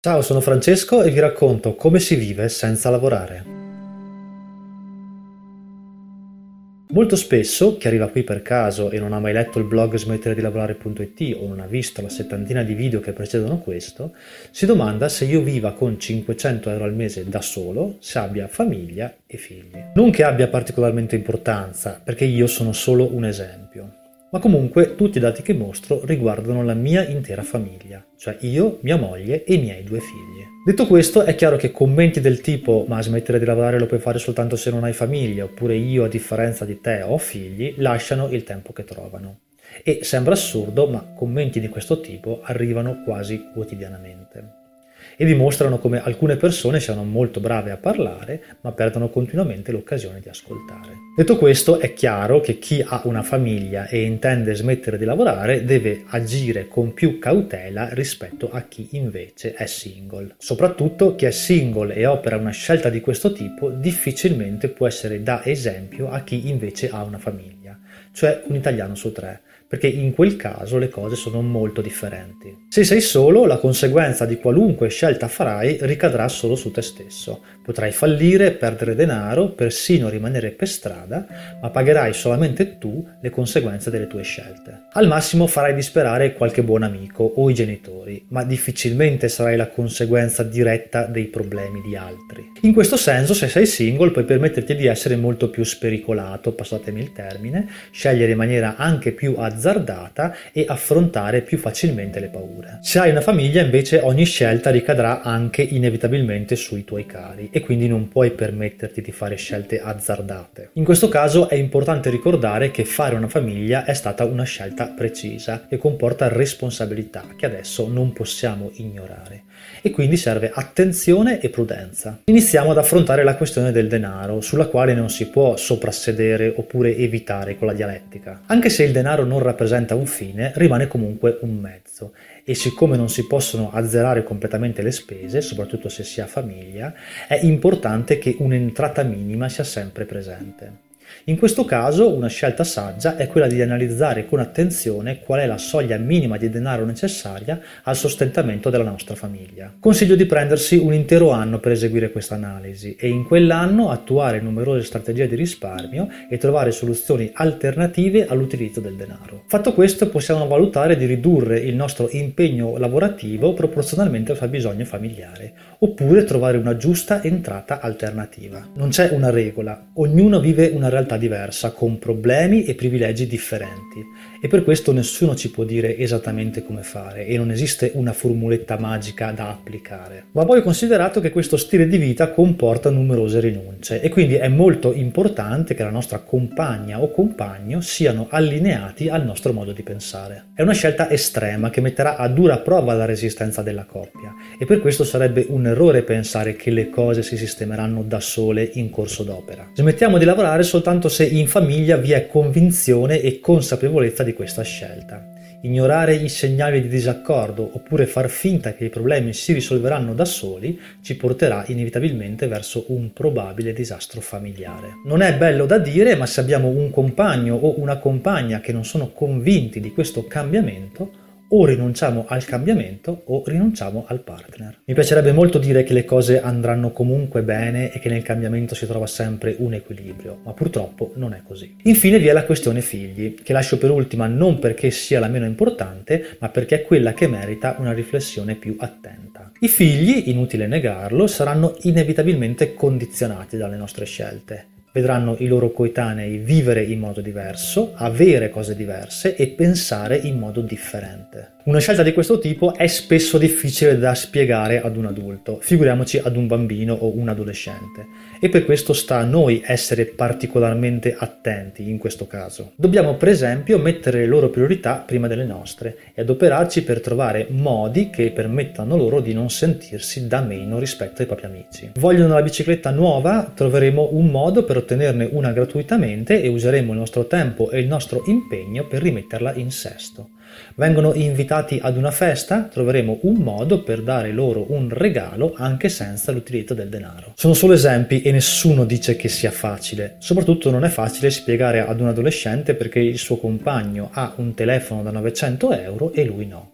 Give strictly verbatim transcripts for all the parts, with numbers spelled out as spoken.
Ciao, sono Francesco e vi racconto come si vive senza lavorare. Molto spesso chi arriva qui per caso e non ha mai letto il blog smettere di lavorare punto it o non ha visto la settantina di video che precedono questo, si domanda se io viva con cinquecento euro al mese da solo, se abbia famiglia e figli. Non che abbia particolarmente importanza, perché io sono solo un esempio. Ma comunque tutti i dati che mostro riguardano la mia intera famiglia, cioè io, mia moglie e i miei due figli. Detto questo, è chiaro che commenti del tipo «ma smettere di lavorare lo puoi fare soltanto se non hai famiglia» oppure «io a differenza di te ho figli» lasciano il tempo che trovano. E sembra assurdo, ma commenti di questo tipo arrivano quasi quotidianamente. E dimostrano come alcune persone siano molto brave a parlare, ma perdono continuamente l'occasione di ascoltare. Detto questo, è chiaro che chi ha una famiglia e intende smettere di lavorare deve agire con più cautela rispetto a chi invece è single. Soprattutto chi è single e opera una scelta di questo tipo difficilmente può essere da esempio a chi invece ha una famiglia, cioè un italiano su tre, perché in quel caso le cose sono molto differenti. Se sei solo, la conseguenza di qualunque scelta farai ricadrà solo su te stesso. Potrai fallire, perdere denaro, persino rimanere per strada, ma pagherai solamente tu le conseguenze delle tue scelte. Al massimo farai disperare qualche buon amico o i genitori, ma difficilmente sarai la conseguenza diretta dei problemi di altri. In questo senso, se sei single, puoi permetterti di essere molto più spericolato, passatemi il termine, scegliere in maniera anche più azzardata e affrontare più facilmente le paure. Se hai una famiglia, invece, ogni scelta ricadrà anche inevitabilmente sui tuoi cari e quindi non puoi permetterti di fare scelte azzardate. In questo caso è importante ricordare che fare una famiglia è stata una scelta precisa e comporta responsabilità che adesso non possiamo ignorare e quindi serve attenzione e prudenza. Iniziamo ad affrontare la questione del denaro, sulla quale non si può soprassedere oppure evitare con la dialettica. Anche se il denaro non rappresenta un fine, rimane comunque un mezzo e siccome non si possono azzerare completamente le spese, soprattutto se si ha famiglia, è importante che un'entrata minima sia sempre presente. In questo caso una scelta saggia è quella di analizzare con attenzione qual è la soglia minima di denaro necessaria al sostentamento della nostra famiglia. Consiglio di prendersi un intero anno per eseguire questa analisi e in quell'anno attuare numerose strategie di risparmio e trovare soluzioni alternative all'utilizzo del denaro. Fatto questo, possiamo valutare di ridurre il nostro impegno lavorativo proporzionalmente al fabbisogno familiare, oppure trovare una giusta entrata alternativa. Non c'è una regola, ognuno vive una realtà diversa, con problemi e privilegi differenti e per questo nessuno ci può dire esattamente come fare e non esiste una formuletta magica da applicare. Va poi considerato che questo stile di vita comporta numerose rinunce e quindi è molto importante che la nostra compagna o compagno siano allineati al nostro modo di pensare. È una scelta estrema che metterà a dura prova la resistenza della coppia e per questo sarebbe un errore pensare che le cose si sistemeranno da sole in corso d'opera. Smettiamo di lavorare soltanto se in famiglia vi è convinzione e consapevolezza di questa scelta. Ignorare i segnali di disaccordo oppure far finta che i problemi si risolveranno da soli ci porterà inevitabilmente verso un probabile disastro familiare. Non è bello da dire, ma se abbiamo un compagno o una compagna che non sono convinti di questo cambiamento, o rinunciamo al cambiamento o rinunciamo al partner. Mi piacerebbe molto dire che le cose andranno comunque bene e che nel cambiamento si trova sempre un equilibrio, ma purtroppo non è così. Infine vi è la questione figli, che lascio per ultima non perché sia la meno importante, ma perché è quella che merita una riflessione più attenta. I figli, inutile negarlo, saranno inevitabilmente condizionati dalle nostre scelte. Vedranno i loro coetanei vivere in modo diverso, avere cose diverse e pensare in modo differente. Una scelta di questo tipo è spesso difficile da spiegare ad un adulto, figuriamoci ad un bambino o un adolescente, e per questo sta a noi essere particolarmente attenti in questo caso. Dobbiamo per esempio mettere le loro priorità prima delle nostre e adoperarci per trovare modi che permettano loro di non sentirsi da meno rispetto ai propri amici. Vogliono la bicicletta nuova? Troveremo un modo per ottenerne una gratuitamente e useremo il nostro tempo e il nostro impegno per rimetterla in sesto. Vengono invitati ad una festa? Troveremo un modo per dare loro un regalo anche senza l'utilizzo del denaro. Sono solo esempi e nessuno dice che sia facile. Soprattutto non è facile spiegare ad un adolescente perché il suo compagno ha un telefono da novecento euro e lui no.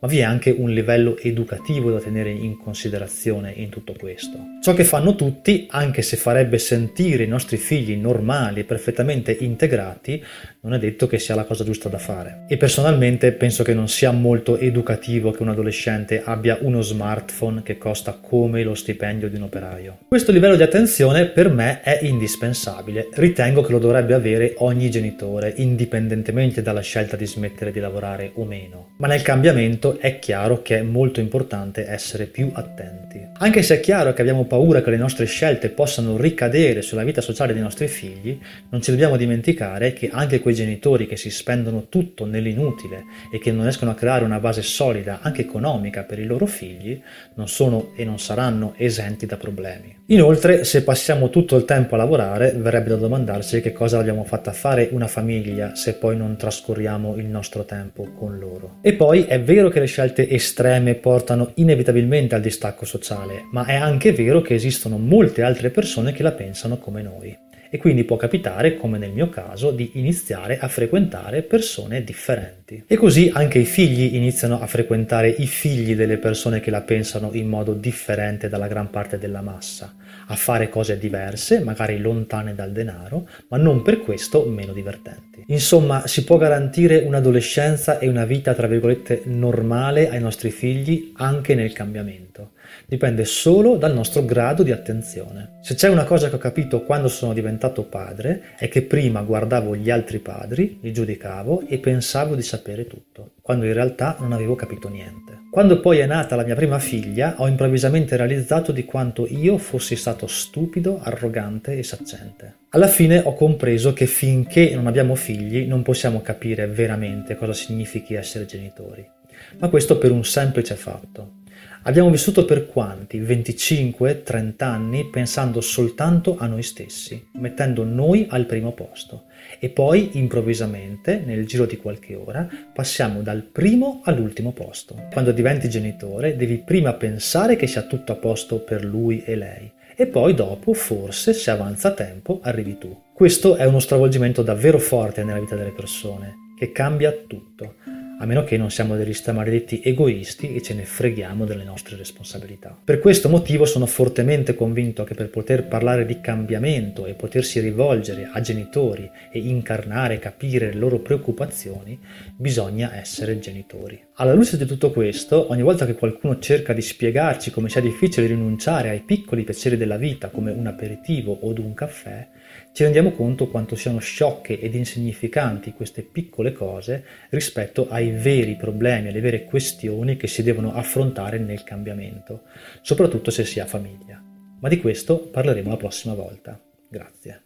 ma vi è anche un livello educativo da tenere in considerazione in tutto questo. Ciò che fanno tutti, anche se farebbe sentire i nostri figli normali e perfettamente integrati, non è detto che sia la cosa giusta da fare. E personalmente penso che non sia molto educativo che un adolescente abbia uno smartphone che costa come lo stipendio di un operaio. Questo livello di attenzione per me è indispensabile. Ritengo che lo dovrebbe avere ogni genitore, indipendentemente dalla scelta di smettere di lavorare o meno. Ma nel cambiamento è chiaro che è molto importante essere più attenti. Anche se è chiaro che abbiamo paura che le nostre scelte possano ricadere sulla vita sociale dei nostri figli, non ci dobbiamo dimenticare che anche quei genitori che si spendono tutto nell'inutile e che non riescono a creare una base solida anche economica per i loro figli non sono e non saranno esenti da problemi. Inoltre, se passiamo tutto il tempo a lavorare, verrebbe da domandarsi che cosa abbiamo fatta fare una famiglia se poi non trascorriamo il nostro tempo con loro. E poi è vero che le scelte estreme portano inevitabilmente al distacco sociale, ma è anche vero che esistono molte altre persone che la pensano come noi. E quindi può capitare, come nel mio caso, di iniziare a frequentare persone differenti. E così anche i figli iniziano a frequentare i figli delle persone che la pensano in modo differente dalla gran parte della massa, a fare cose diverse, magari lontane dal denaro, ma non per questo meno divertenti. Insomma, si può garantire un'adolescenza e una vita, tra virgolette, normale ai nostri figli anche nel cambiamento. Dipende solo dal nostro grado di attenzione. Se c'è una cosa che ho capito quando sono diventato padre è che prima guardavo gli altri padri, li giudicavo e pensavo di sapere tutto, quando in realtà non avevo capito niente. Quando poi è nata la mia prima figlia, ho improvvisamente realizzato di quanto io fossi stato stupido, arrogante e saccente. Alla fine ho compreso che finché non abbiamo figli non possiamo capire veramente cosa significhi essere genitori. Ma questo per un semplice fatto. Abbiamo vissuto per quanti? venticinque trenta anni pensando soltanto a noi stessi, mettendo noi al primo posto. E poi, improvvisamente, nel giro di qualche ora, passiamo dal primo all'ultimo posto. Quando diventi genitore, devi prima pensare che sia tutto a posto per lui e lei. E poi dopo, forse, se avanza tempo, arrivi tu. Questo è uno stravolgimento davvero forte nella vita delle persone, che cambia tutto. A meno che non siamo degli stramaledetti egoisti e ce ne freghiamo delle nostre responsabilità. Per questo motivo sono fortemente convinto che per poter parlare di cambiamento e potersi rivolgere a genitori e incarnare e capire le loro preoccupazioni, bisogna essere genitori. Alla luce di tutto questo, ogni volta che qualcuno cerca di spiegarci come sia difficile rinunciare ai piccoli piaceri della vita come un aperitivo o un caffè, ci rendiamo conto quanto siano sciocche ed insignificanti queste piccole cose rispetto ai veri problemi, alle vere questioni che si devono affrontare nel cambiamento, soprattutto se si ha famiglia. Ma di questo parleremo la prossima volta. Grazie.